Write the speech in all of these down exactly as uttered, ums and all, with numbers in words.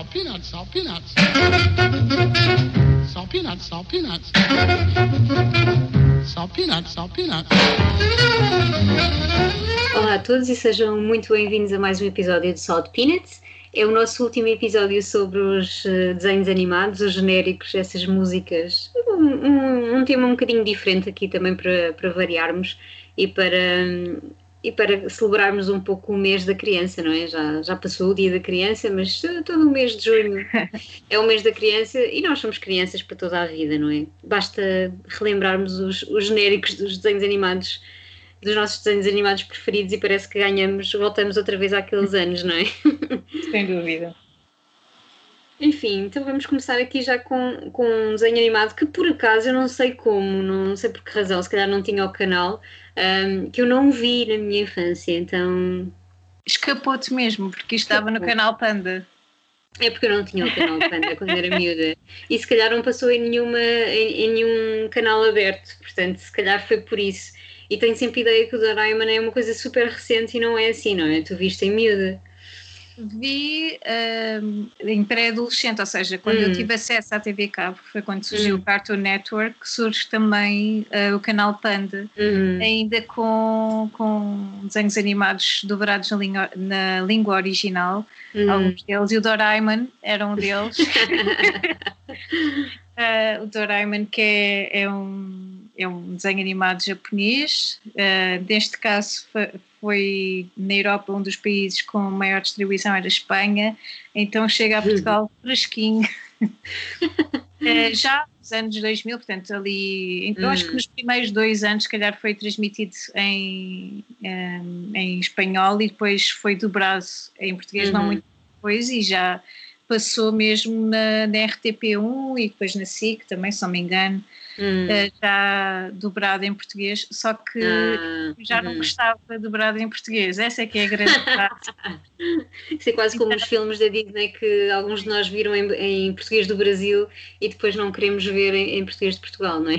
salt peanuts, salt peanuts. Salt peanuts, salt peanuts. Salt peanuts, salt peanuts. Olá a todos e sejam muito bem-vindos a mais um episódio de Salt Peanuts. É o nosso último episódio sobre os uh, desenhos animados, os genéricos, essas músicas. Um, um, um tema um bocadinho diferente aqui também para, para variarmos e para, um, e para celebrarmos um pouco o mês da criança, não é? Já, já passou o dia da criança, mas uh, todo o mês de junho é o mês da criança e nós somos crianças para toda a vida, não é? Basta relembrarmos os, os genéricos dos desenhos animados, dos nossos desenhos animados preferidos e parece que ganhamos, voltamos outra vez àqueles anos, não é? Sem dúvida. Enfim, então vamos começar aqui já com, com um desenho animado que por acaso eu não sei como, não sei por que razão, se calhar não tinha o canal, um, que eu não vi na minha infância, então... Escapou-te mesmo, porque isto estava no canal Panda. É porque eu não tinha o canal Panda quando era miúda e se calhar não passou em, nenhuma, em, em nenhum canal aberto, portanto se calhar foi por isso. E tenho sempre ideia que o Doraemon é uma coisa super recente e não é assim, não é? Tu viste em miúda? Vi um, em pré-adolescente, ou seja, quando hum. eu tive acesso à T V Cabo, foi quando surgiu hum. o Cartoon Network, surge também uh, o canal Panda, hum. ainda com, com desenhos animados dobrados na língua, na língua original, hum. alguns deles, e o Doraemon era um deles. uh, o Doraemon que é, é um é um desenho animado japonês, uh, neste caso foi, foi na Europa um dos países com maior distribuição era a Espanha, então chega a Portugal fresquinho, uh, já nos anos dois mil, portanto ali, então acho que nos primeiros dois anos se calhar foi transmitido em, um, em espanhol e depois foi dobrado em português, uhum. não muito depois, e já passou mesmo na, na R T P um e depois na S I C também, se não me engano. Hum. Já dobrado em português, só que ah, já não hum. gostava dobrado em português, essa é que é a grande parte. Isso é quase como então, os filmes da Disney que alguns de nós viram em, em português do Brasil e depois não queremos ver em, em português de Portugal, não é?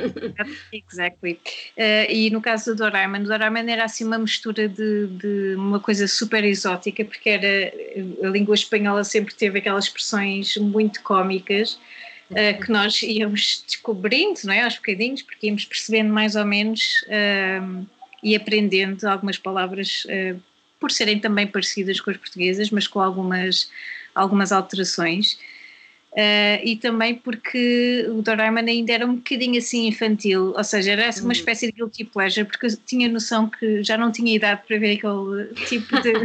Exactly. Uh, e no caso do Doraemon, o Doraemon era assim uma mistura de, de uma coisa super exótica, porque era, a língua espanhola sempre teve aquelas expressões muito cómicas. Uh, que nós íamos descobrindo, não é, aos bocadinhos, porque íamos percebendo mais ou menos uh, e aprendendo algumas palavras uh, por serem também parecidas com as portuguesas, mas com algumas, algumas alterações. Uh, e também porque o Doraemon ainda era um bocadinho assim infantil, ou seja, era uma espécie de guilty pleasure, porque eu tinha noção que já não tinha idade para ver aquele tipo de,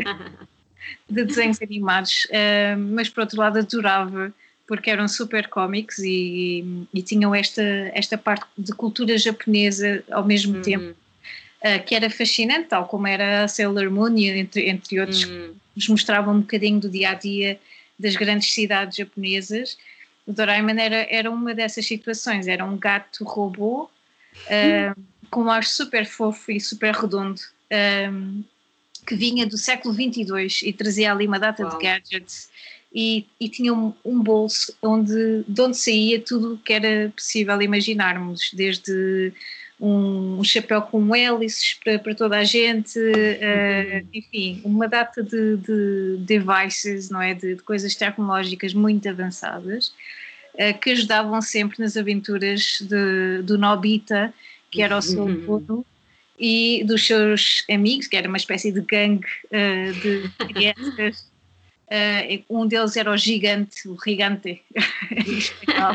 de desenhos animados, uh, mas por outro lado adorava, porque eram super cómicos e, e tinham esta, esta parte de cultura japonesa ao mesmo uhum. tempo, uh, que era fascinante, tal como era a Sailor Moon, entre, entre outros, uhum. que nos mostravam um bocadinho do dia-a-dia das grandes cidades japonesas. O Doraemon era, era uma dessas situações, era um gato robô, uh, uhum. com um ar super fofo e super redondo, um, que vinha do século vinte e dois e trazia ali uma data Uau. de gadgets. E, e tinha um, um bolso onde, de onde saía tudo o que era possível imaginarmos, desde um, um chapéu com hélices para, para toda a gente, uh, enfim, uma data de, de devices, não é? de, de coisas tecnológicas muito avançadas, uh, que ajudavam sempre nas aventuras de, do Nobita, que era o seu dono, e dos seus amigos, que era uma espécie de gangue uh, de crianças. Uh, um deles era o gigante, o gigante em espanhol,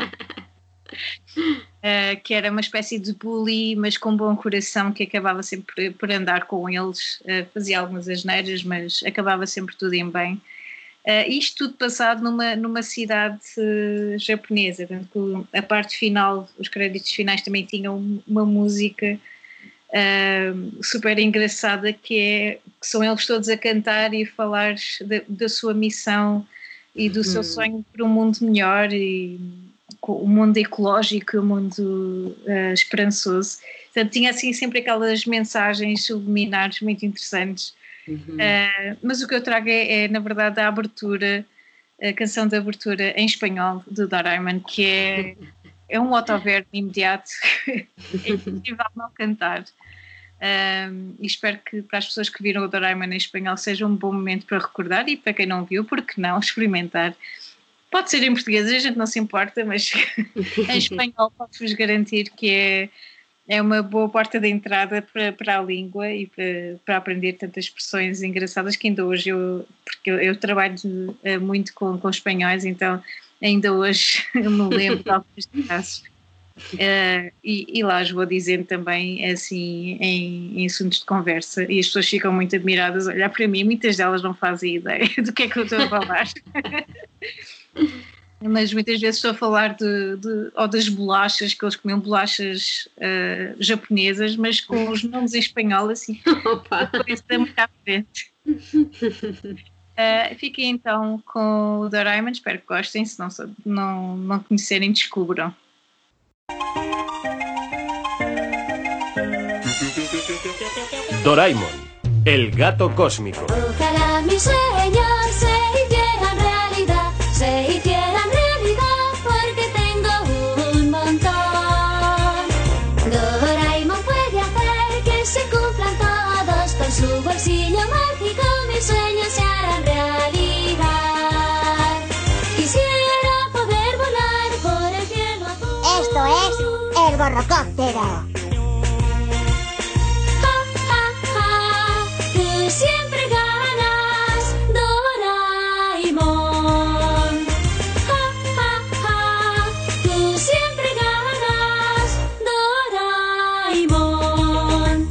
uh, que era uma espécie de bully, mas com bom coração, que acabava sempre por andar com eles, uh, fazia algumas asneiras, mas acabava sempre tudo em bem. Uh, isto tudo passado numa, numa cidade uh, japonesa, portanto, a parte final, os créditos finais também tinham uma música Uh, super engraçada, que é que são eles todos a cantar e a falar da, da sua missão e do hum. seu sonho por um mundo melhor e o um mundo ecológico, o um mundo uh, esperançoso. Portanto, tinha assim sempre aquelas mensagens subliminares muito interessantes. Uhum. Uh, mas o que eu trago é, é na verdade a abertura, a canção de abertura em espanhol do Doraemon, que é é um autoverbo imediato, é impossível não cantar. Um, e espero que para as pessoas que viram o Doraemon em espanhol seja um bom momento para recordar, e para quem não viu, porque não experimentar Pode ser em português, a gente não se importa, mas em espanhol posso-vos garantir que é, é uma boa porta de entrada para, para a língua e para, para aprender tantas expressões engraçadas que ainda hoje eu, porque eu, eu trabalho muito com, com espanhóis, então ainda hoje eu me lembro de alguns casos. Uh, e, e lá os vou dizendo também assim em, em assuntos de conversa e as pessoas ficam muito admiradas a olhar para mim, muitas delas não fazem ideia do que é que eu estou a falar. Mas muitas vezes estou a falar de, de, ou das bolachas, que eles comiam bolachas uh, japonesas, mas com os nomes em espanhol assim. Opa. Depois muito à frente. Uh, fiquem então com o Doraemon, espero que gostem, se não, não, não conhecerem, descubram. Doraemon, el gato cósmico. Ojalá mis sueños se hicieran realidad, se hicieran realidad porque tengo un montón. Doraemon puede hacer que se cumplan todos, con su bolsillo mágico mis sueños se harán realidad. Quisiera poder volar por el cielo azul. Esto es el borrocóptero. Siempre ganas, Doraemon. Ja, ja, ja. Tú siempre ganas, Doraemon.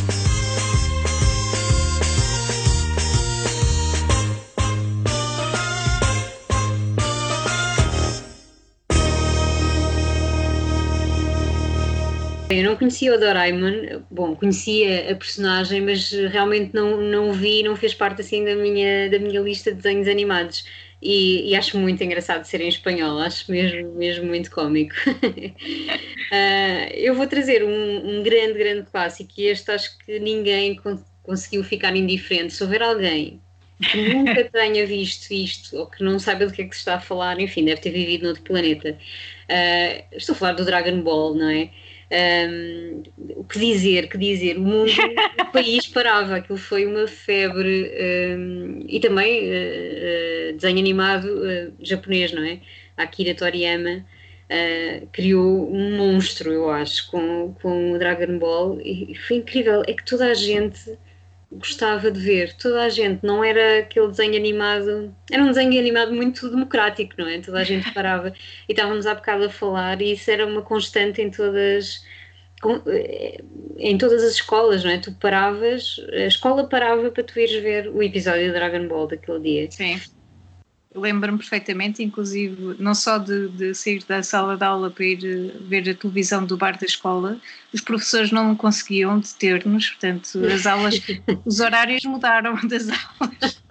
Eu não conhecia o Doraemon, bom, conhecia a personagem, mas realmente não, não o vi, não fez parte assim da minha, da minha lista de desenhos animados e, e acho muito engraçado ser em espanhol, acho mesmo, mesmo muito cómico. uh, eu vou trazer um, um grande, grande clássico e este acho que ninguém con- conseguiu ficar indiferente. Se houver alguém que nunca tenha visto isto ou que não saiba do que é que se está a falar, enfim, deve ter vivido noutro planeta. Uh, estou a falar do Dragon Ball, não é? Um, o que dizer, que dizer, o mundo, o país parava, aquilo foi uma febre um, e também uh, uh, desenho animado uh, japonês, não é? Akira Toriyama uh, criou um monstro, eu acho, com, com o Dragon Ball e foi incrível, é que toda a gente gostava de ver, toda a gente, não era aquele desenho animado, era um desenho animado muito democrático, não é? Toda a gente parava e estávamos há bocado a falar e isso era uma constante em todas, em todas as escolas, não é? Tu paravas, a escola parava para tu ires ver o episódio de Dragon Ball daquele dia. Sim. Lembro-me perfeitamente, inclusive, não só de, de sair da sala de aula para ir ver a televisão do bar da escola, os professores não conseguiam deter-nos, portanto, as aulas, os horários mudaram das aulas.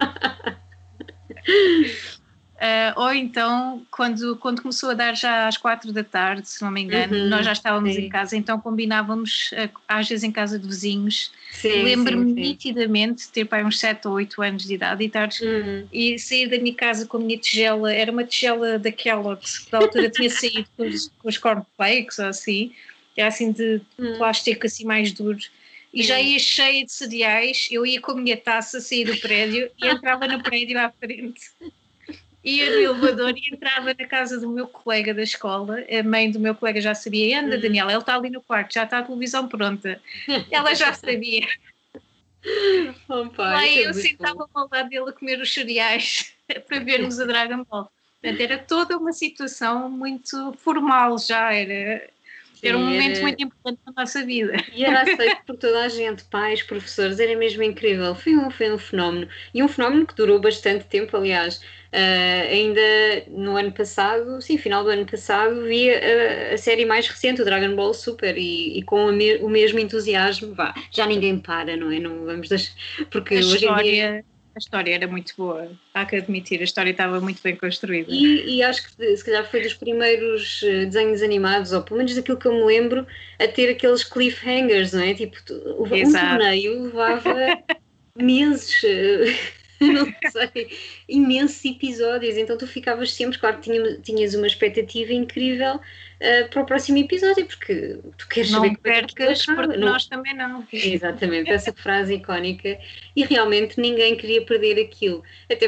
Uh, ou então, quando, quando começou a dar já às quatro da tarde, se não me engano, uhum, nós já estávamos sim. em casa, então combinávamos, uh, às vezes em casa de vizinhos. Sim, Lembro-me sim, sim. nitidamente de ter pai uns sete ou oito anos de idade e tarde, Uhum. e sair da minha casa com a minha tigela, era uma tigela da Kellogg's, que da altura tinha saído com os, com os cornflakes ou assim, era assim de Uhum. plástico assim mais duro. E já Sim. ia cheia de cereais, eu ia com a minha taça sair do prédio e entrava no prédio à frente. Ia no elevador e entrava na casa do meu colega da escola. A mãe do meu colega já sabia. Anda, Uhum. Daniela, ele está ali no quarto, já está a televisão pronta. Ela já sabia. Opa, Lá isso é eu muito sentava ao lado dele a comer os cereais para vermos a Dragon Ball. Portanto, era toda uma situação muito formal já, era, era um Sim, momento era- muito importante na nossa vida. E era aceito por toda a gente, pais, professores, era mesmo incrível, foi um, foi um fenómeno, e um fenómeno que durou bastante tempo, aliás. Uh, ainda no ano passado, sim, final do ano passado, vi a, a série mais recente, o Dragon Ball Super, e, e com a me, o mesmo entusiasmo, vá, já ninguém para, não é? Não vamos deixar, porque A hoje em dia... história, a história era muito boa, há que admitir, a história estava muito bem construída. E, e acho que se calhar foi dos primeiros uh, desenhos animados, ou pelo menos daquilo que eu me lembro, a ter aqueles cliffhangers, não é? Tipo, tu- um Exato. torneio levava meses, uh, não sei, imensos episódios, então tu ficavas sempre, claro que tinha, tinhas uma expectativa incrível uh, para o próximo episódio, porque tu queres Não saber como é que aquilo percas, acaba, porque não- nós também não. Exatamente, essa frase icónica, e realmente ninguém queria perder aquilo, até porque,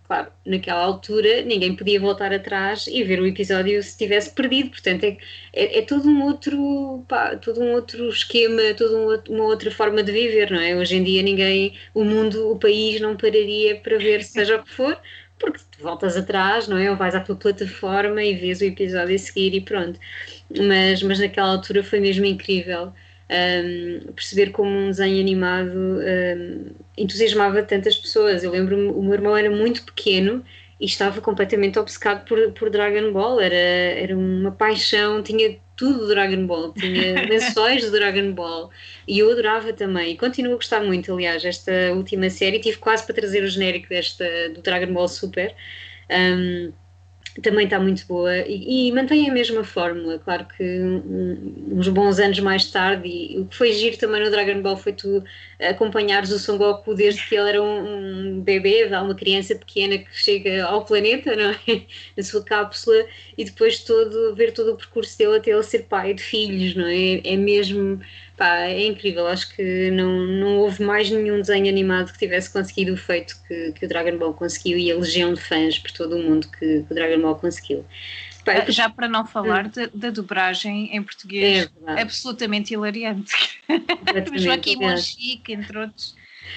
claro, naquela altura ninguém podia voltar atrás e ver o episódio se tivesse perdido, portanto é, é, é todo um outro, pá, todo um outro esquema, toda um, uma outra forma de viver, não é? Hoje em dia ninguém, o mundo, o país não pararia para ver seja o que for, porque tu voltas atrás, não é? Ou vais à tua plataforma e vês o episódio a seguir e pronto. Mas, mas naquela altura foi mesmo incrível. Um, perceber como um desenho animado um, entusiasmava tantas pessoas. Eu lembro-me, o meu irmão era muito pequeno e estava completamente obcecado por, por Dragon Ball, era, era uma paixão, tinha tudo do Dragon Ball, tinha lençóis do Dragon Ball e eu adorava também, e continuo a gostar muito. Aliás, esta última série, tive quase para trazer o genérico desta, do Dragon Ball Super. um, também está muito boa e, e mantém a mesma fórmula. Claro que um, uns bons anos mais tarde, e o que foi giro também no Dragon Ball foi tu acompanhares o Son Goku desde que ele era um, um bebê, uma criança pequena que chega ao planeta, não é? Na sua cápsula, e depois todo, ver todo o percurso dele até ele ser pai de filhos, não é? É mesmo, pá, é incrível. Acho que não, não houve mais nenhum desenho animado que tivesse conseguido o feito que, que o Dragon Ball conseguiu, e a legião de fãs por todo o mundo que, que o Dragon Ball conseguiu. Pá, já para não falar hum. da, da dobragem em português, é absolutamente hilariante. Joaquim Monchique, entre outros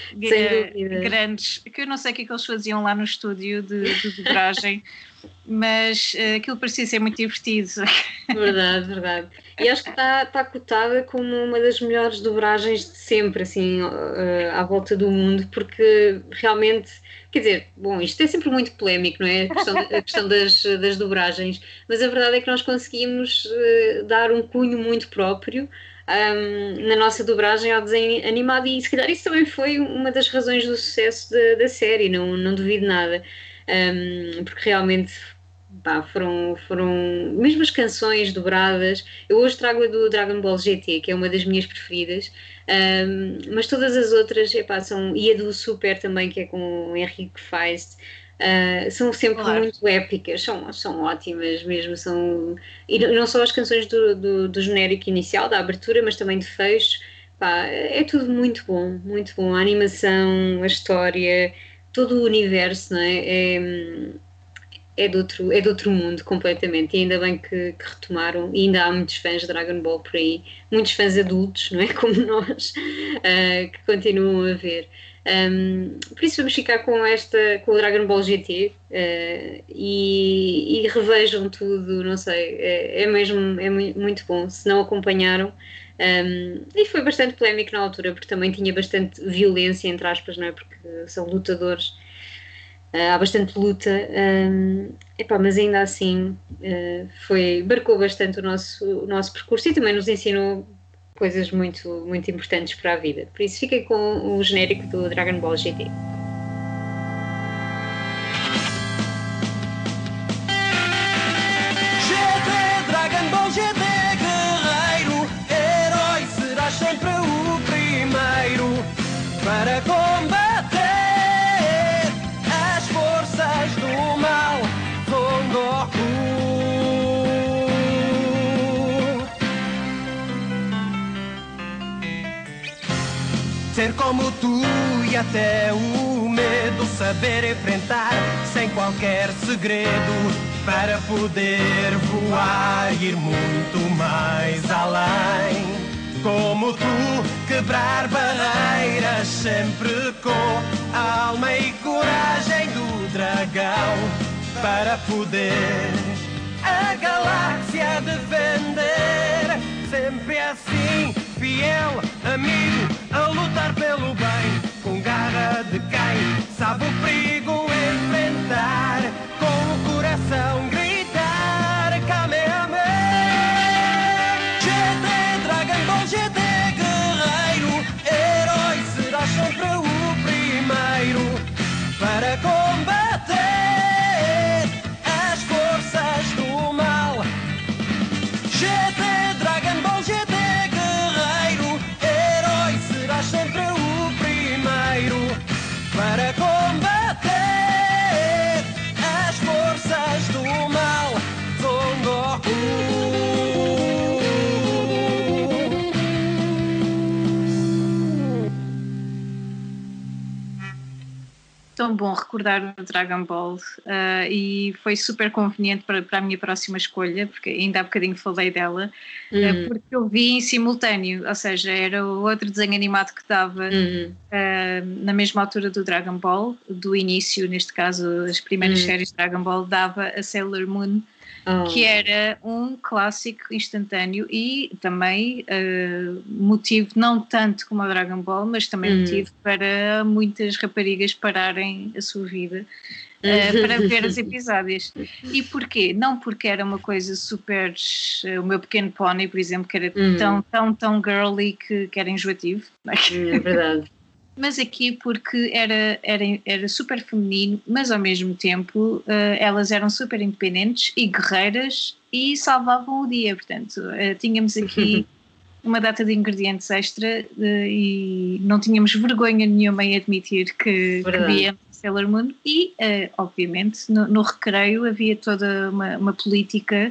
grandes, que eu não sei o que é que eles faziam lá no estúdio de, de dobragem, mas uh, aquilo parecia ser muito divertido. Verdade, verdade. E acho que está, está cotada como uma das melhores dobragens de sempre, assim, uh, à volta do mundo, porque realmente, quer dizer, bom, isto é sempre muito polémico, não é? A questão, a questão das, das dobragens, mas a verdade é que nós conseguimos uh, dar um cunho muito próprio um, na nossa dobragem ao desenho animado, e se calhar isso também foi uma das razões do sucesso da, da série, não, não duvido nada. Um, porque realmente, pá, foram, foram mesmo as canções dobradas. Eu hoje trago a do Dragon Ball G T, que é uma das minhas preferidas, um, mas todas as outras, epá, são, e a do Super também, que é com o Henrique Feist, uh, são sempre claro. muito épicas, são, são ótimas mesmo, são, e não só as canções do, do, do genérico inicial, da abertura, mas também de fecho. Pá, é tudo muito bom, muito bom, a animação, a história, todo o universo, não é? É, é, de outro, é de outro mundo completamente, e ainda bem que, que retomaram, e ainda há muitos fãs de Dragon Ball por aí, muitos fãs adultos, não é? Como nós, uh, que continuam a ver. Um, por isso vamos ficar com esta, com o Dragon Ball G T, uh, e, e revejam tudo, não sei, é, é mesmo é muito bom, se não acompanharam. Um, e foi bastante polémico na altura, porque também tinha bastante violência, entre aspas, não é? Porque são lutadores, uh, há bastante luta, um, epá, mas ainda assim uh, foi, marcou bastante o nosso, o nosso percurso, e também nos ensinou coisas muito, muito importantes para a vida. Por isso fiquei com o genérico do Dragon Ball G T. G T, Dragon Ball G T, guerreiro, herói, serás sempre o primeiro para combater as forças do mal. Son Goku. Ser como tu e até o medo saber enfrentar sem qualquer segredo, para poder voar e ir muito mais além. Como tu, quebrar barreiras sempre com a alma e coragem do dragão, para poder a galáxia defender. Sempre assim, fiel, amigo, a lutar pelo bem, com garra de quem sabe o perigo enfrentar, com o coração gritar Kamehameha. G T, Dragon Ball G T, guerreiro, herói, serás sempre o primeiro para combater as forças do mal. G T, Dragon Ball G T, guerreiro, herói, serás sempre o primeiro para combater bom recordar o Dragon Ball uh, e foi super conveniente para, para a minha próxima escolha, porque ainda há bocadinho falei dela, Uhum. uh, porque eu vi em simultâneo, ou seja, era o outro desenho animado que dava Uhum. uh, na mesma altura do Dragon Ball, do início, neste caso as primeiras Uhum. séries de Dragon Ball, dava a Sailor Moon, Oh. que era um clássico instantâneo e também uh, motivo, não tanto como o Dragon Ball, mas também Hum. motivo para muitas raparigas pararem a sua vida uh, para ver os episódios. E porquê? Não porque era uma coisa super... Uh, o meu Pequeno Pony, por exemplo, que era Hum. tão, tão, tão girly que, que era enjoativo. É verdade. Mas aqui porque era, era, era super feminino, mas ao mesmo tempo uh, elas eram super independentes e guerreiras e salvavam o dia, portanto uh, tínhamos aqui uma data de ingredientes extra uh, e não tínhamos vergonha nenhuma em admitir que, que víamos Sailor Moon e uh, obviamente no, no recreio havia toda uma, uma política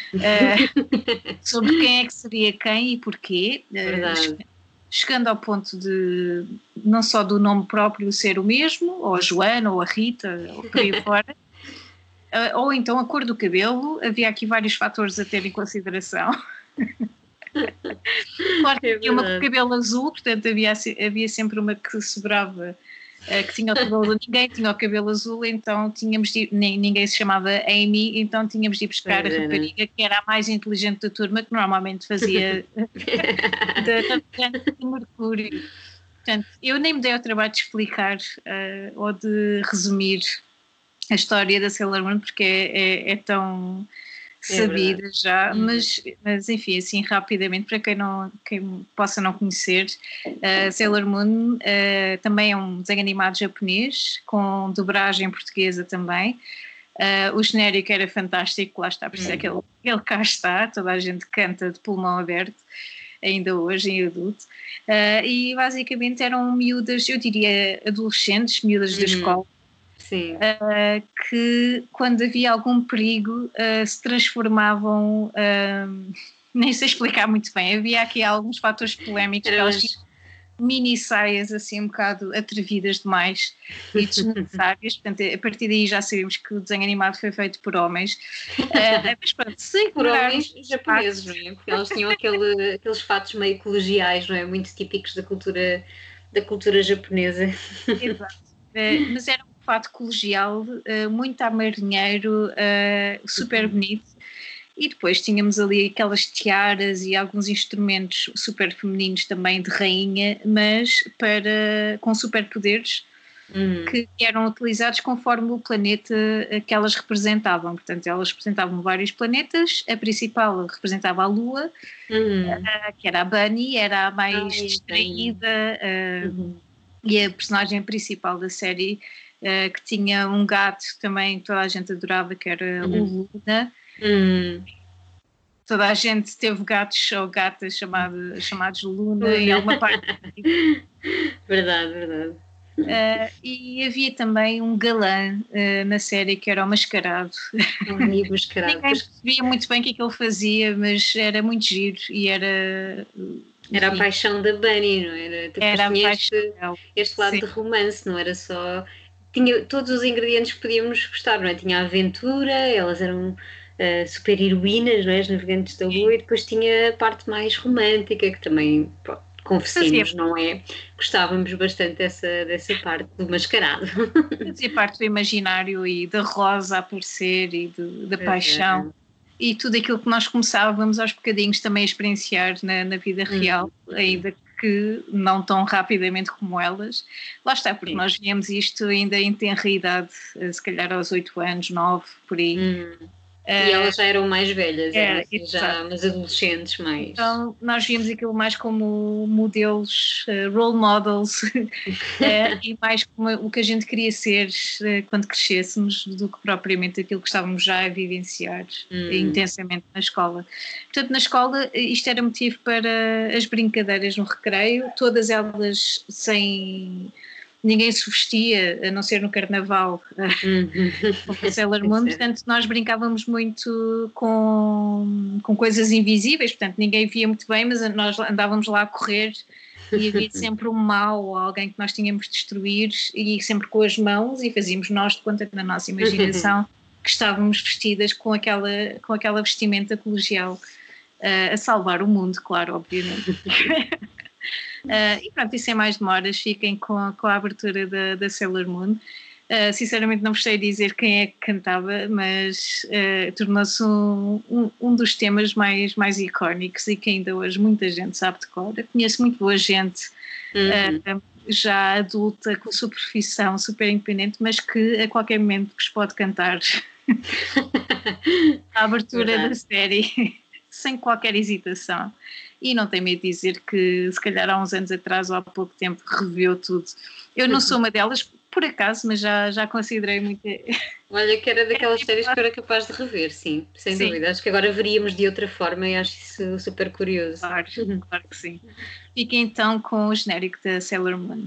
uh, sobre quem é que seria quem e porquê. Verdade. Uh, chegando ao ponto de não só do nome próprio ser o mesmo, ou a Joana, ou a Rita, ou por aí fora, ou então a cor do cabelo, havia aqui vários fatores a ter em consideração. Claro que É havia uma com verdade. cabelo azul, portanto havia, havia sempre uma que sobrava, que tinha o cabelo azul, ninguém tinha o cabelo azul, então tínhamos de, nem, ninguém se chamava Amy, então tínhamos de ir buscar Pois a era. rapariga que era a mais inteligente da turma, que normalmente fazia da de Mercúrio. Portanto, eu nem me dei ao trabalho de explicar uh, ou de resumir a história da Sailor Moon, porque é, é, é tão É sabida verdade. já, Uhum. mas, mas enfim, assim rapidamente, para quem, não, quem possa não conhecer, uh, Sailor Moon uh, também é um desenho animado japonês, com dobragem portuguesa também. Uh, o genérico era fantástico, lá está, por isso é que ele, ele cá está, toda a gente canta de pulmão aberto, ainda hoje em adulto, uh, e basicamente eram miúdas, eu diria adolescentes, miúdas da Uhum. escola, Sim. uh, que quando havia algum perigo uh, se transformavam, uh, nem sei explicar muito bem, havia aqui alguns fatores polémicos, que Eram elas as- tinham mini saias assim um bocado atrevidas demais e desnecessárias, portanto a partir daí já sabemos que o desenho animado foi feito por homens, uh, mas pronto, sem Por ignorarmos homens japoneses, não é? Porque eles tinham aquele, aqueles fatos meio colegiais, não é? Muito típicos da cultura, da cultura japonesa. Exato. Uh, mas era um fato colegial, uh, muito a marinheiro, uh, super bonito. E depois tínhamos ali aquelas tiaras e alguns instrumentos super femininos também de rainha, mas para, com superpoderes Hum. que eram utilizados conforme o planeta que elas representavam. Portanto, elas representavam vários planetas, a principal representava a Lua, Hum. uh, que era a Bunny, era a mais Ai, distraída, uh, Uhum. e a personagem principal da série, uh, que tinha um gato também que toda a gente adorava, que era Uhum. o Luna. Hum. Toda a gente teve gatos ou gatas chamado, chamados Luna Luna. em alguma parte. Verdade, verdade. Uh, e havia também um galã uh, na série que era o Mascarado. Ai, mascarado. Ninguém percebia muito bem o que é que ele fazia, mas era muito giro e era... Era a enfim, paixão da Bunny, não era? Depois era a tinha paixão este, dela. este lado Sim. de romance, não era só... Tinha todos os ingredientes que podíamos gostar, não é? Tinha a aventura, elas eram uh, super heroínas, não é? As navegantes da lua, e depois tinha a parte mais romântica, que também, pô, confessemos, não é? Gostávamos bastante dessa, dessa parte do mascarado. Fazia parte do imaginário e da Rosa aparecer e do, da paixão. E tudo aquilo que nós começávamos aos bocadinhos também a experienciar na, na vida real, Uhum. ainda que não tão rapidamente como elas. Lá está, porque Sim. nós víamos isto ainda em tenra idade, eh, se calhar aos oito anos, nove, por aí. Hum. Eh, E elas já eram mais velhas, é, eram assim, já exato. umas adolescentes mais. Então nós víamos aquilo mais como modelos, eh, role models, eh, e mais como o que a gente queria ser eh, quando crescêssemos do que propriamente aquilo que estávamos já a vivenciar Hum. intensamente na escola. Portanto, na escola eh, isto era motivo para as brincadeiras no recreio, todas elas sem... Ninguém se vestia, a não ser no carnaval, Uhum. com Sailor Moon, portanto nós brincávamos muito com, com coisas invisíveis, portanto ninguém via muito bem, mas nós andávamos lá a correr e havia sempre um mal ou alguém que nós tínhamos de destruir, e sempre com as mãos, e fazíamos nós de conta na nossa imaginação que estávamos vestidas com aquela, com aquela vestimenta colegial, uh, a salvar o mundo, claro, obviamente. uh, e pronto, e sem mais demoras, fiquem com a, com a abertura da, da Sailor Moon. Uh, sinceramente não sei dizer quem é que cantava, mas uh, tornou-se um, um, um dos temas mais, mais icónicos e que ainda hoje muita gente sabe de cor. Eu conheço muito boa gente uhum. uh, já adulta, com sua profissão super independente, mas que a qualquer momento vos pode cantar a abertura Verdade. Da série sem qualquer hesitação. E não tenho medo de dizer que se calhar há uns anos atrás ou há pouco tempo reviu tudo. Eu não sou uma delas, por acaso, mas já, já considerei muito. Olha, que era daquelas séries que eu era capaz de rever, sim, sem sim. dúvida. Acho que agora veríamos de outra forma e acho isso super curioso. Claro, claro que sim. Fica então com o genérico da Sailor Moon.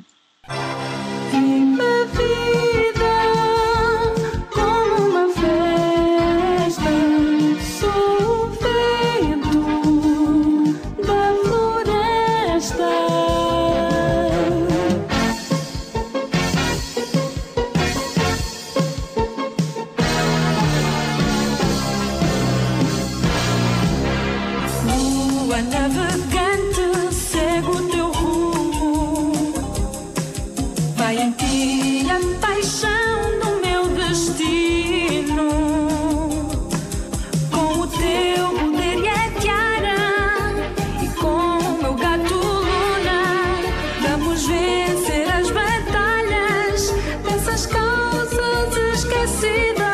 Uma vida como uma festa, sou o vento da floresta. Navegante, segue o teu rumo, vai em ti a paixão do meu destino, com o teu poder e a tiara, e com o meu gato Luna, vamos vencer as batalhas dessas causas esquecidas.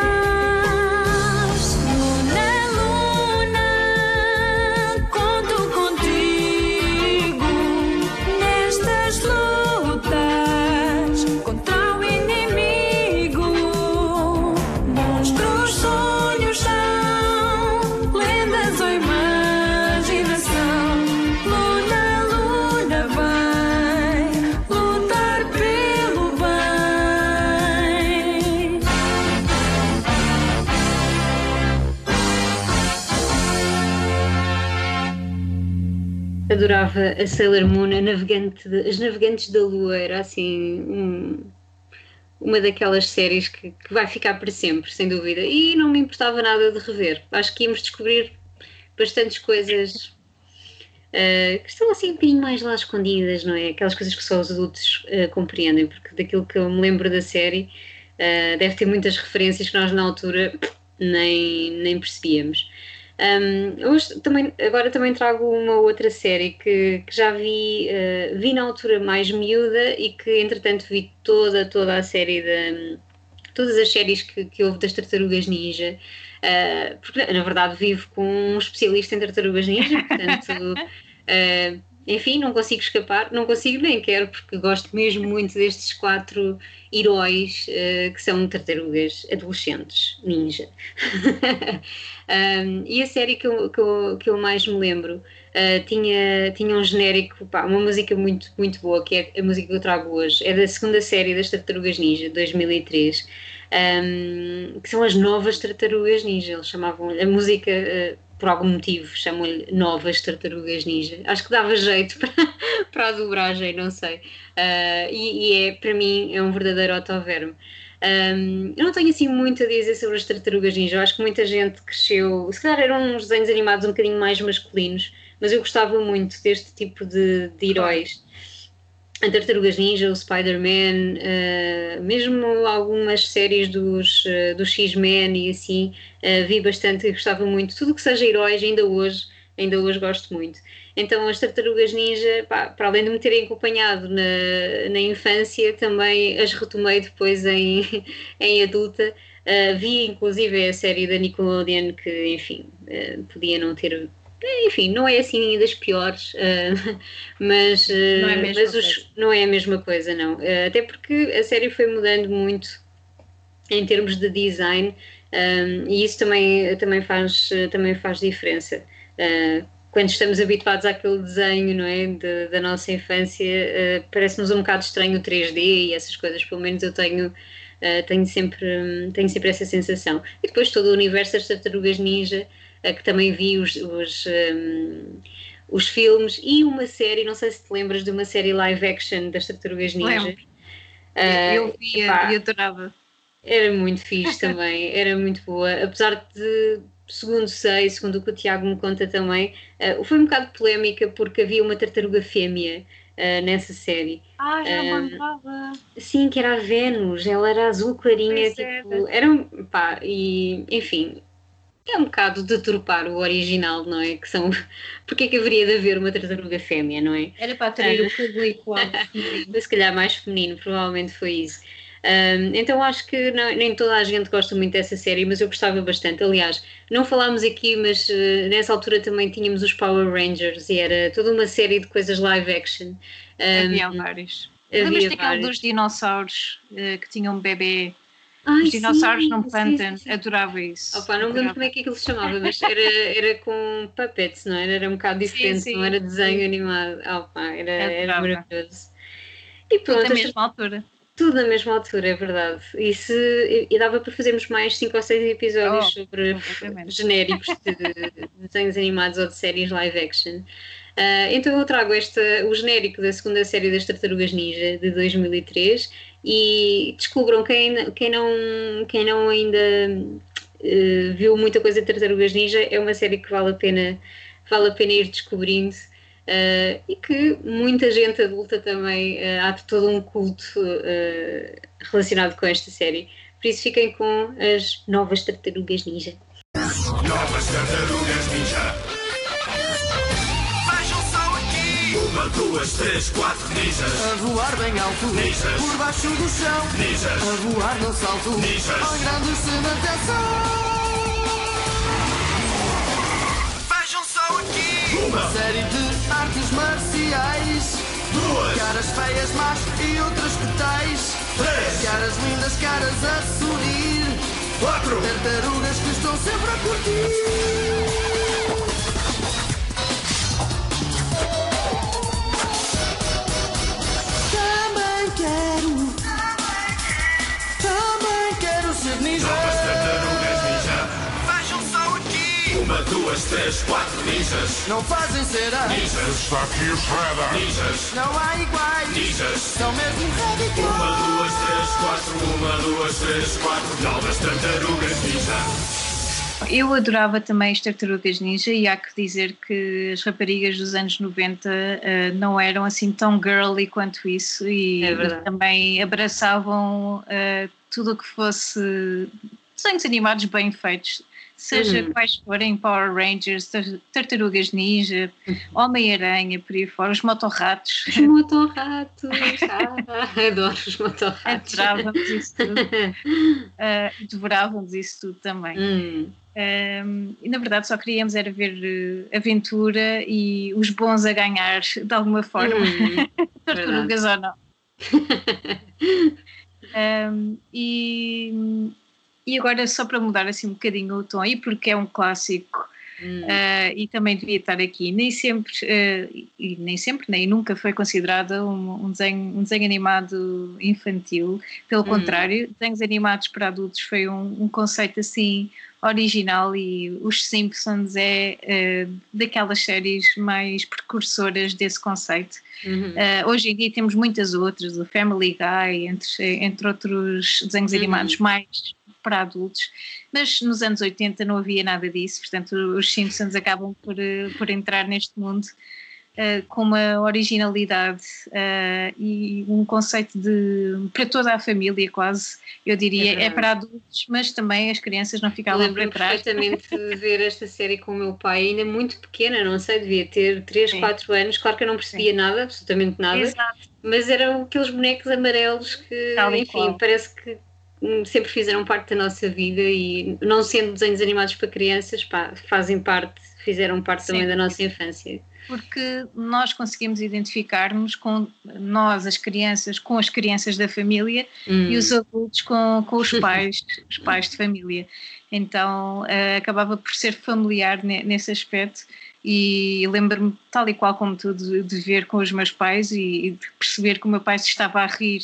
Adorava a Sailor Moon, a navegante de, as Navegantes da Lua, era assim um, uma daquelas séries que, que vai ficar para sempre, sem dúvida, e não me importava nada de rever. Acho que íamos descobrir bastantes coisas uh, que estão assim um bocadinho mais lá escondidas, não é? Aquelas coisas que só os adultos uh, compreendem, porque daquilo que eu me lembro da série uh, deve ter muitas referências que nós na altura nem, nem percebíamos. Um, hoje também, agora também trago uma outra série que, que já vi, uh, vi na altura mais miúda e que entretanto vi toda, toda a série, de, todas as séries que, que houve das Tartarugas Ninja, uh, porque na verdade vivo com um especialista em Tartarugas Ninja, portanto, uh, enfim, não consigo escapar, não consigo nem quero, porque gosto mesmo muito destes quatro heróis uh, que são tartarugas adolescentes, ninja. um, e a série que eu, que eu, que eu mais me lembro uh, tinha, tinha um genérico, pá, uma música muito, muito boa, que é a música que eu trago hoje, é da segunda série das Tartarugas Ninja, de dois mil e três, um, que são as novas Tartarugas Ninja. Eles chamavam a música... Uh, por algum motivo chamam-lhe Novas Tartarugas Ninja. Acho que dava jeito para, para a dobragem, não sei. Uh, e, e é, para mim, é um verdadeiro autoverme. Um, eu não tenho assim muito a dizer sobre as Tartarugas Ninja. Eu acho que muita gente cresceu... Se calhar eram uns desenhos animados um bocadinho mais masculinos, mas eu gostava muito deste tipo de, de heróis. A Tartarugas Ninja, o Spider-Man, uh, mesmo algumas séries dos, uh, dos X-Men e assim, uh, vi bastante e gostava muito. Tudo que seja heróis, ainda hoje, ainda hoje gosto muito. Então as Tartarugas Ninja, pá, para além de me terem acompanhado na, na infância, também as retomei depois em, em adulta. Uh, vi inclusive a série da Nickelodeon, que enfim, uh, podia não ter... Enfim, não é assim das piores, uh, mas, uh, não, é mas os, não é a mesma coisa, não. Uh, até porque a série foi mudando muito em termos de design, um, e isso também, também, faz, também faz diferença. Uh, quando estamos habituados àquele desenho, não é, de, da nossa infância, uh, parece-nos um bocado estranho o três D e essas coisas, pelo menos eu tenho, uh, tenho, sempre, um, tenho sempre essa sensação. E depois todo o universo das Tartarugas Ninja, que também vi os, os, um, os filmes e uma série, não sei se te lembras de uma série live action das Tartarugas Ninja. Lembro. Uh, Eu via epá, e adorava. Era muito fixe também, era muito boa, apesar de, segundo sei, segundo o que o Tiago me conta também, uh, foi um bocado polémica porque havia uma tartaruga fêmea uh, nessa série. Ah, já Um, lembrava. Sim, que era a Vênus, ela era azul clarinha, Pois era. tipo, era, um- pá, e enfim, é um bocado deturpar o original, não é? Que são, porque é que haveria de haver uma tartaruga fêmea, não é? Era para atrair o público ao feminino. Mas se calhar mais feminino, provavelmente foi isso. Um, então acho que não- nem toda a gente gosta muito dessa série, mas eu gostava bastante. Aliás, não falámos aqui, mas uh, nessa altura também tínhamos os Power Rangers e era toda uma série de coisas live action. Um, Havia vários. havia Lembras daquele vários. dos dinossauros eh, que tinham um bebê? Ai, Os dinossauros sim, num sim, pântano. sim, sim. Adorava isso. Opa, não me lembro Adorava. como é que aquilo se chamava, mas era, era com puppets, não era? Era um bocado diferente, sim. não era desenho animado. Opa, era, era Adorava. maravilhoso. E Tudo pronto, na esta- mesma altura. tudo na mesma altura, é verdade. E, se, e dava para fazermos mais cinco ou seis episódios Oh, sobre completamente. genéricos de, de desenhos animados ou de séries live action. Ah, então eu trago esta, o genérico da segunda série das Tartarugas Ninja de dois mil e três e descubram quem, quem, não, quem não ainda eh, viu muita coisa de Tartarugas Ninja, é uma série que vale a pena, vale a pena ir descobrindo. Uh, e que muita gente adulta também, uh, há todo um culto uh, relacionado com esta série. Por isso fiquem com as novas Tartarugas Ninja. Novas tartarugas ninja. Vejam só aqui. Uma, duas, três, quatro ninjas. A voar bem alto, Ninjas. por baixo do chão, Ninjas. a voar no salto, Ninjas. ao grande sem atenção. Vejam só aqui. Uma série de artes marciais, Duas. caras feias, más e outras que tais. Três. Caras lindas, caras a sorrir, Quatro. tartarugas que estão sempre a curtir. Também quero, também quero ser ninja. Novas tartarugas ninja. Vejam só aqui. Uma, duas, três, quatro ninjas. Não fazem cera, Ninjas. Está aqui o Shredder. Ninjas. não há iguais, Ninjas. são mesmo Uma, radicais. duas, três, quatro. Uma, duas, três, quatro. Novas tartarugas ninja. Eu adorava também as Tartarugas Ninja e há que dizer que as raparigas dos anos noventa uh, não eram assim tão girly quanto isso e, É verdade. e também abraçavam uh, tudo o que fosse desenhos animados bem feitos, seja Uhum. quais forem, Power Rangers, tar- Tartarugas Ninja, Homem-Aranha, por aí fora, os Motorratos. Os motorratos! Ah, adoro os motorratos! Adorávamos isso tudo, uh, devorávamos isso tudo também. Hum, Um, e na verdade só queríamos era ver uh, aventura e os bons a ganhar de alguma forma, hum, tartarugas ou não. Um, e, e agora só para mudar assim um bocadinho o tom, e porque é um clássico hum. uh, e também devia estar aqui, nem sempre, uh, e nem sempre, nem nunca foi considerada um, um, desenho, um desenho animado infantil, pelo Hum. contrário, desenhos animados para adultos foi um, um conceito assim original e os Simpsons é uh, daquelas séries mais precursoras desse conceito. Uhum. Uh, hoje em dia temos muitas outras, o Family Guy, entre, entre outros desenhos Uhum. animados mais para adultos, mas nos anos oitenta não havia nada disso, portanto os Simpsons acabam por, uh, por entrar neste mundo uh, com uma originalidade uh, e um conceito de para toda a família quase, eu diria, É é, verdade. para adultos, mas também as crianças não Eu ficavam para lembro-me trás. perfeitamente de ver esta série com o meu pai, ainda muito pequena, não sei, devia ter três, Sim. quatro anos, claro que eu não percebia nada, absolutamente nada, Exato. mas eram aqueles bonecos amarelos que, Tal e enfim, qual. parece que hum, sempre fizeram parte da nossa vida e não sendo desenhos animados para crianças, pá, fazem parte, fizeram parte Sim. também da nossa infância. Porque nós conseguimos identificar-nos com nós, as crianças, com as crianças da família Hum. e os adultos com, com os pais, os pais de família. Então uh, acabava por ser familiar ne, nesse aspecto e lembro-me, tal e qual como tu, de, de ver com os meus pais e, e de perceber que o meu pai se estava a rir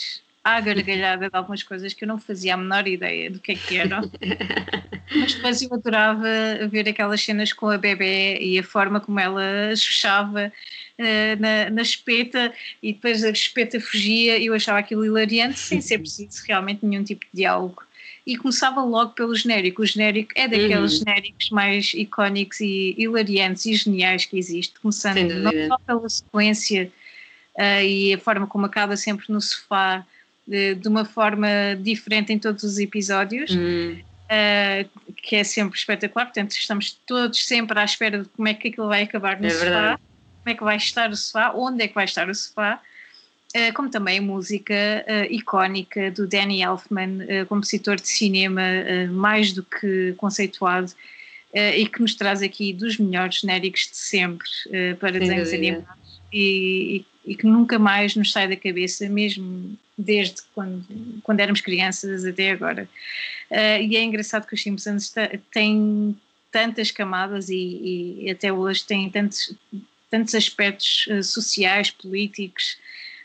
à gargalhada de algumas coisas que eu não fazia a menor ideia do que é que eram. Mas depois eu adorava ver aquelas cenas com a bebé e a forma como ela chuchava uh, na, na espeta e depois a espeta fugia e eu achava aquilo hilariante sem ser preciso realmente nenhum tipo de diálogo. E começava logo pelo genérico. O genérico é daqueles uhum. genéricos mais icónicos e hilariantes e geniais que existe, começando não só pela sequência uh, e a forma como acaba sempre no sofá, de, de uma forma diferente em todos os episódios, uhum. uh, que é sempre espetacular. Portanto, estamos todos sempre à espera de como é que aquilo vai acabar no é sofá, verdade. Como é que vai estar o sofá, onde é que vai estar o sofá. Uh, como também a música uh, icónica do Danny Elfman, uh, compositor de cinema uh, mais do que conceituado, uh, e que nos traz aqui dos melhores genéricos de sempre uh, para desenhos animados e, e, e que nunca mais nos sai da cabeça, mesmo desde quando, quando éramos crianças até agora. Uh, e é engraçado que os Simpsons têm tantas camadas e, e até hoje têm tantos, tantos aspectos uh, sociais, políticos,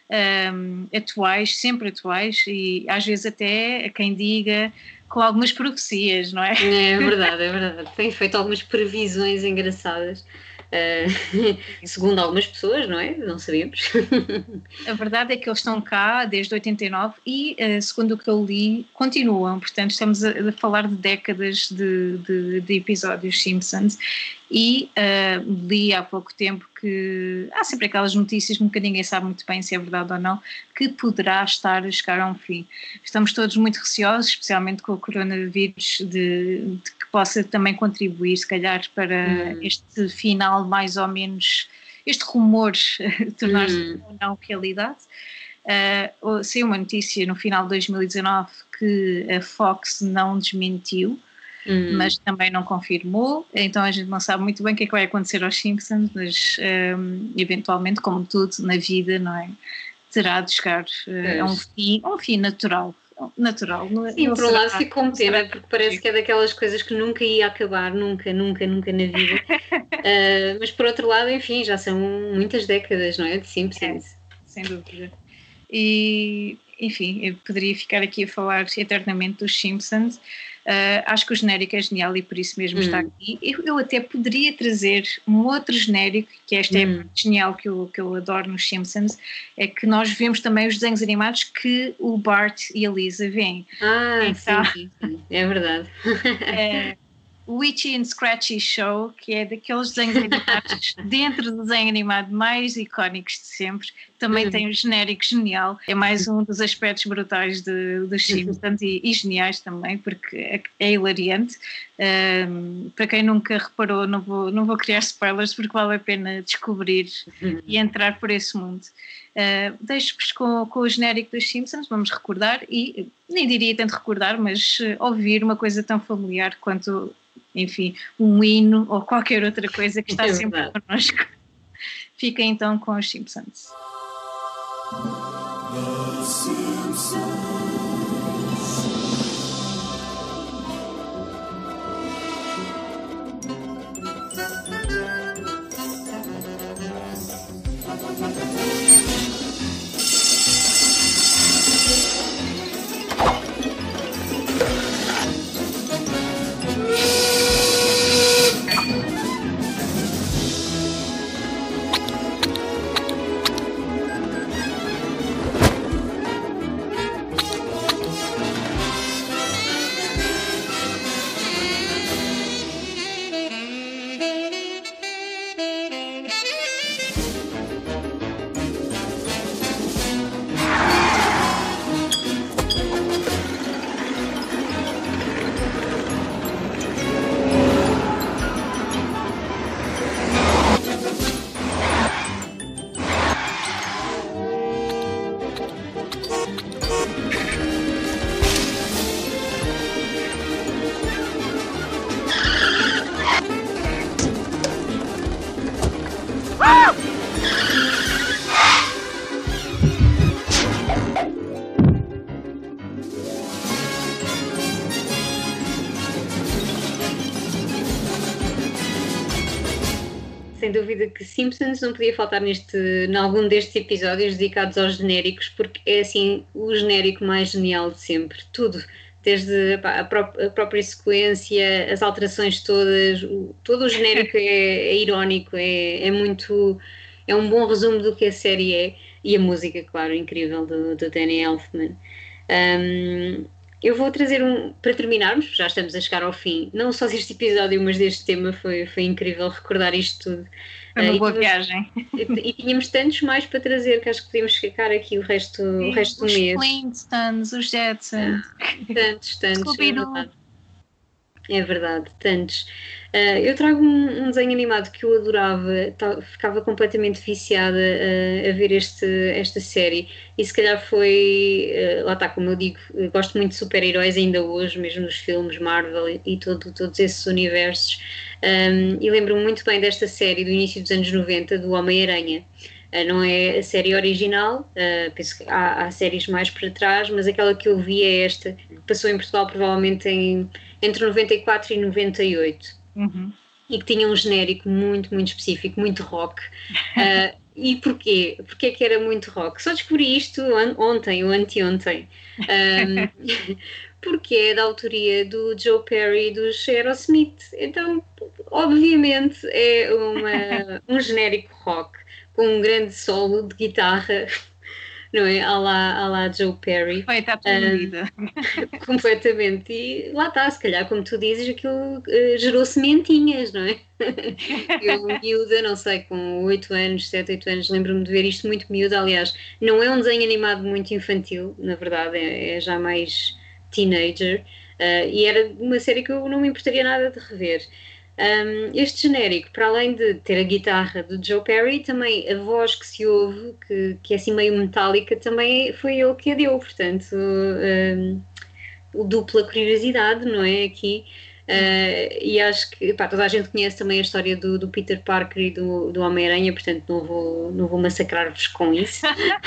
Um, atuais, sempre atuais e às vezes até a quem diga com algumas profecias, não é? É verdade, é verdade. Tem feito algumas previsões engraçadas, uh, segundo algumas pessoas, não é? Não sabemos. A verdade é que eles estão cá desde oitenta e nove e, uh, segundo o que eu li, continuam. Portanto, estamos a, a falar de décadas de, de, de episódios Simpsons. E uh, li há pouco tempo que há sempre aquelas notícias, nunca ninguém sabe muito bem se é verdade ou não, que poderá estar a chegar a um fim. Estamos todos muito receosos, especialmente com o coronavírus, de, de que possa também contribuir, se calhar, para hum. este final mais ou menos, este rumor tornar-se hum. ou não realidade. Uh, saiu uma notícia no final de dois mil e dezanove que a Fox não desmentiu, Hum. mas também não confirmou, então a gente não sabe muito bem o que é que vai acontecer aos Simpsons, mas um, eventualmente, como tudo na vida, não é? Terá de chegar uh, a um fim, um fim natural. natural não, Sim, não por um lado fico com pena, porque parece que é daquelas coisas que nunca ia acabar, nunca, nunca, nunca na vida. uh, mas por outro lado, enfim, já são muitas décadas, não é? De Simpsons. É, sem dúvida. E, enfim, eu poderia ficar aqui a falar eternamente dos Simpsons. Uh, acho que o genérico é genial e por isso mesmo hum. está aqui. Eu, eu até poderia trazer um outro genérico, que esta hum. é a parte genial que eu, que eu adoro nos Simpsons, é que nós vemos também os desenhos animados que o Bart e a Lisa veem. Ah, então, sim, sim, sim, é verdade. É, o Witchy and Scratchy Show, que é daqueles desenhos animados dentro do desenho animado mais icónicos de sempre, também uhum. tem um genérico genial, é mais um dos aspectos brutais de, dos Simpsons e, e geniais também, porque é, é hilariante. Um, para quem nunca reparou, não vou, não vou criar spoilers porque vale a pena descobrir uhum. e entrar por esse mundo. Uh, deixo-vos com, com o genérico dos Simpsons, vamos recordar e, nem diria tanto recordar, mas uh, ouvir uma coisa tão familiar quanto, enfim, um hino ou qualquer outra coisa que está é sempre connosco. Fiquem então com os Simpsons. The Simpsons. sem dúvida que Simpsons não podia faltar neste, em algum destes episódios dedicados aos genéricos, porque é assim o genérico mais genial de sempre. Tudo, desde pá, a, pró a própria sequência, as alterações todas, o, todo o genérico é, é irónico, é, é muito, é um bom resumo do que a série é, e a música, claro, incrível do, do Danny Elfman. Um, Eu vou trazer um, para terminarmos, já estamos a chegar ao fim, não só deste episódio, mas deste tema, foi, foi incrível recordar isto tudo. Foi uma uh, boa tínhamos, viagem. E, e tínhamos tantos mais para trazer, que acho que podíamos ficar aqui o resto, Sim, o resto do os mês. Os Flintstones, os Jetsons. Tantos, tantos, é Scooby-Doo. verdade. É verdade, tantos. Uh, eu trago um, um desenho animado que eu adorava, tá, ficava completamente viciada uh, a ver este, esta série, e se calhar foi, uh, lá está, como eu digo, eu gosto muito de super-heróis ainda hoje, mesmo nos filmes Marvel e, e todo, todos esses universos, um, e lembro-me muito bem desta série do início dos anos noventa, do Homem-Aranha. Uh, não é a série original, uh, penso que há, há séries mais para trás, mas aquela que eu vi é esta, que passou em Portugal provavelmente em, entre noventa e quatro e noventa e oito. Uhum. E que tinha um genérico muito, muito específico, muito rock. Uh, e porquê? Porquê é que era muito rock? Só descobri isto ontem ou anteontem. Um, porque é da autoria do Joe Perry dos Aerosmith. Então, obviamente, é uma, um genérico rock com um grande solo de guitarra, não é? À lá, à lá Joe Perry. Foi, está tudo unida. Uh, completamente. E lá está, se calhar, como tu dizes, aquilo uh, gerou sementinhas, não é? Eu, miúda, não sei, com oito anos, sete, oito anos, lembro-me de ver isto muito miúda. Aliás, não é um desenho animado muito infantil, na verdade, é, é já mais teenager. Uh, e era uma série que eu não me importaria nada de rever. Um, este genérico, para além de ter a guitarra do Joe Perry, também a voz que se ouve, que, que é assim meio metálica, também foi ele que a deu, portanto, um, o dupla curiosidade, não é, aqui, uh, e acho que, pá, toda a gente conhece também a história do, do Peter Parker e do, do Homem-Aranha, portanto não vou, não vou massacrar-vos com isso.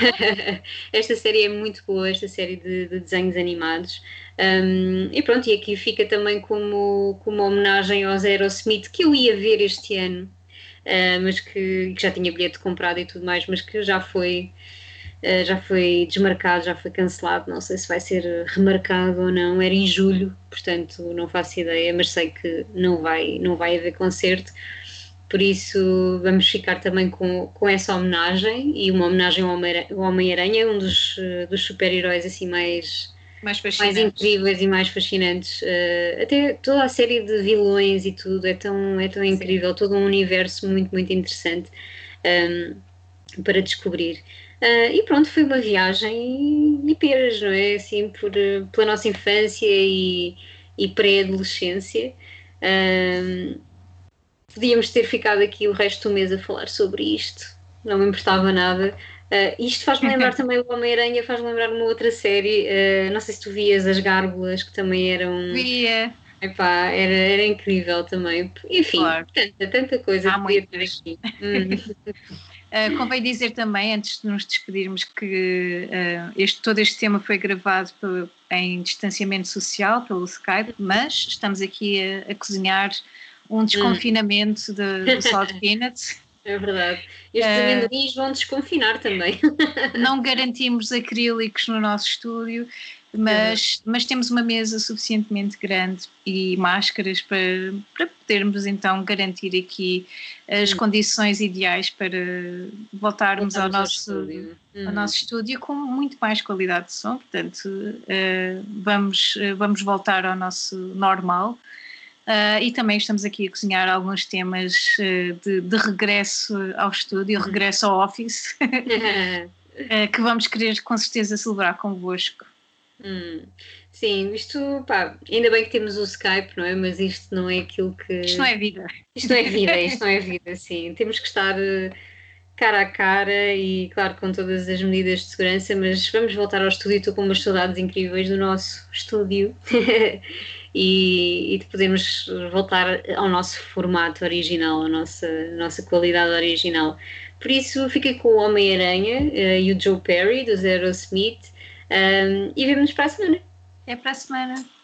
Esta série é muito boa, esta série de, de desenhos animados. Um, e pronto, e aqui fica também como, como uma homenagem aos Aerosmith, que eu ia ver este ano, uh, mas que, que já tinha bilhete comprado e tudo mais, mas que já foi, uh, já foi desmarcado, já foi cancelado, não sei se vai ser remarcado ou não, era em julho, portanto não faço ideia, mas sei que não vai, não vai haver concerto, por isso vamos ficar também com, com essa homenagem, e uma homenagem ao Homem-Aranha, um dos, dos super-heróis assim mais... mais, mais incríveis e mais fascinantes. Uh, até toda a série de vilões e tudo é tão, é tão incrível, todo um universo muito, muito interessante um, para descobrir. Uh, e pronto, foi uma viagem e, e peras, não é? Assim, por, pela nossa infância e, e pré-adolescência. Um, podíamos ter ficado aqui o resto do mês a falar sobre isto, não me importava nada. Uh, isto faz-me lembrar também o Homem-Aranha, faz-me lembrar uma outra série, uh, não sei se tu vias As Gárgulas, que também eram... Via. Epá, era, era incrível também. Enfim, claro. tanta, tanta coisa Há que podia ter aqui. Hum. Uh, convém dizer também, antes de nos despedirmos, que uh, este, todo este tema foi gravado pelo, em distanciamento social, pelo Skype, mas estamos aqui a, a cozinhar um desconfinamento hum. de, do Salt Peanuts. É verdade. Estes uh, amendoins vão desconfinar também. Não garantimos acrílicos no nosso estúdio, mas, é. mas temos uma mesa suficientemente grande e máscaras para, para podermos então garantir aqui as hum. condições ideais para voltarmos, voltarmos ao, nosso, ao, estúdio. Hum. ao nosso estúdio com muito mais qualidade de som. Portanto, uh, vamos, uh, vamos voltar ao nosso normal. Uh, e também estamos aqui a cozinhar alguns temas uh, de, de regresso ao estúdio, regresso ao office, uh, que vamos querer com certeza celebrar convosco. Hum, sim, isto, pá, ainda bem que temos o Skype, não é? Mas isto não é aquilo que... Isto não é vida. Isto não é vida, isto não é vida, sim. Temos que estar uh, cara a cara e, claro, com todas as medidas de segurança, mas vamos voltar ao estúdio. Estou com umas saudades incríveis do nosso estúdio. E, e de podermos voltar ao nosso formato original, à nossa, nossa qualidade original. Por isso, fiquei com o Homem-Aranha uh, e o Joe Perry, dos Aerosmith, um, e vemo-nos para a semana. Até para a semana.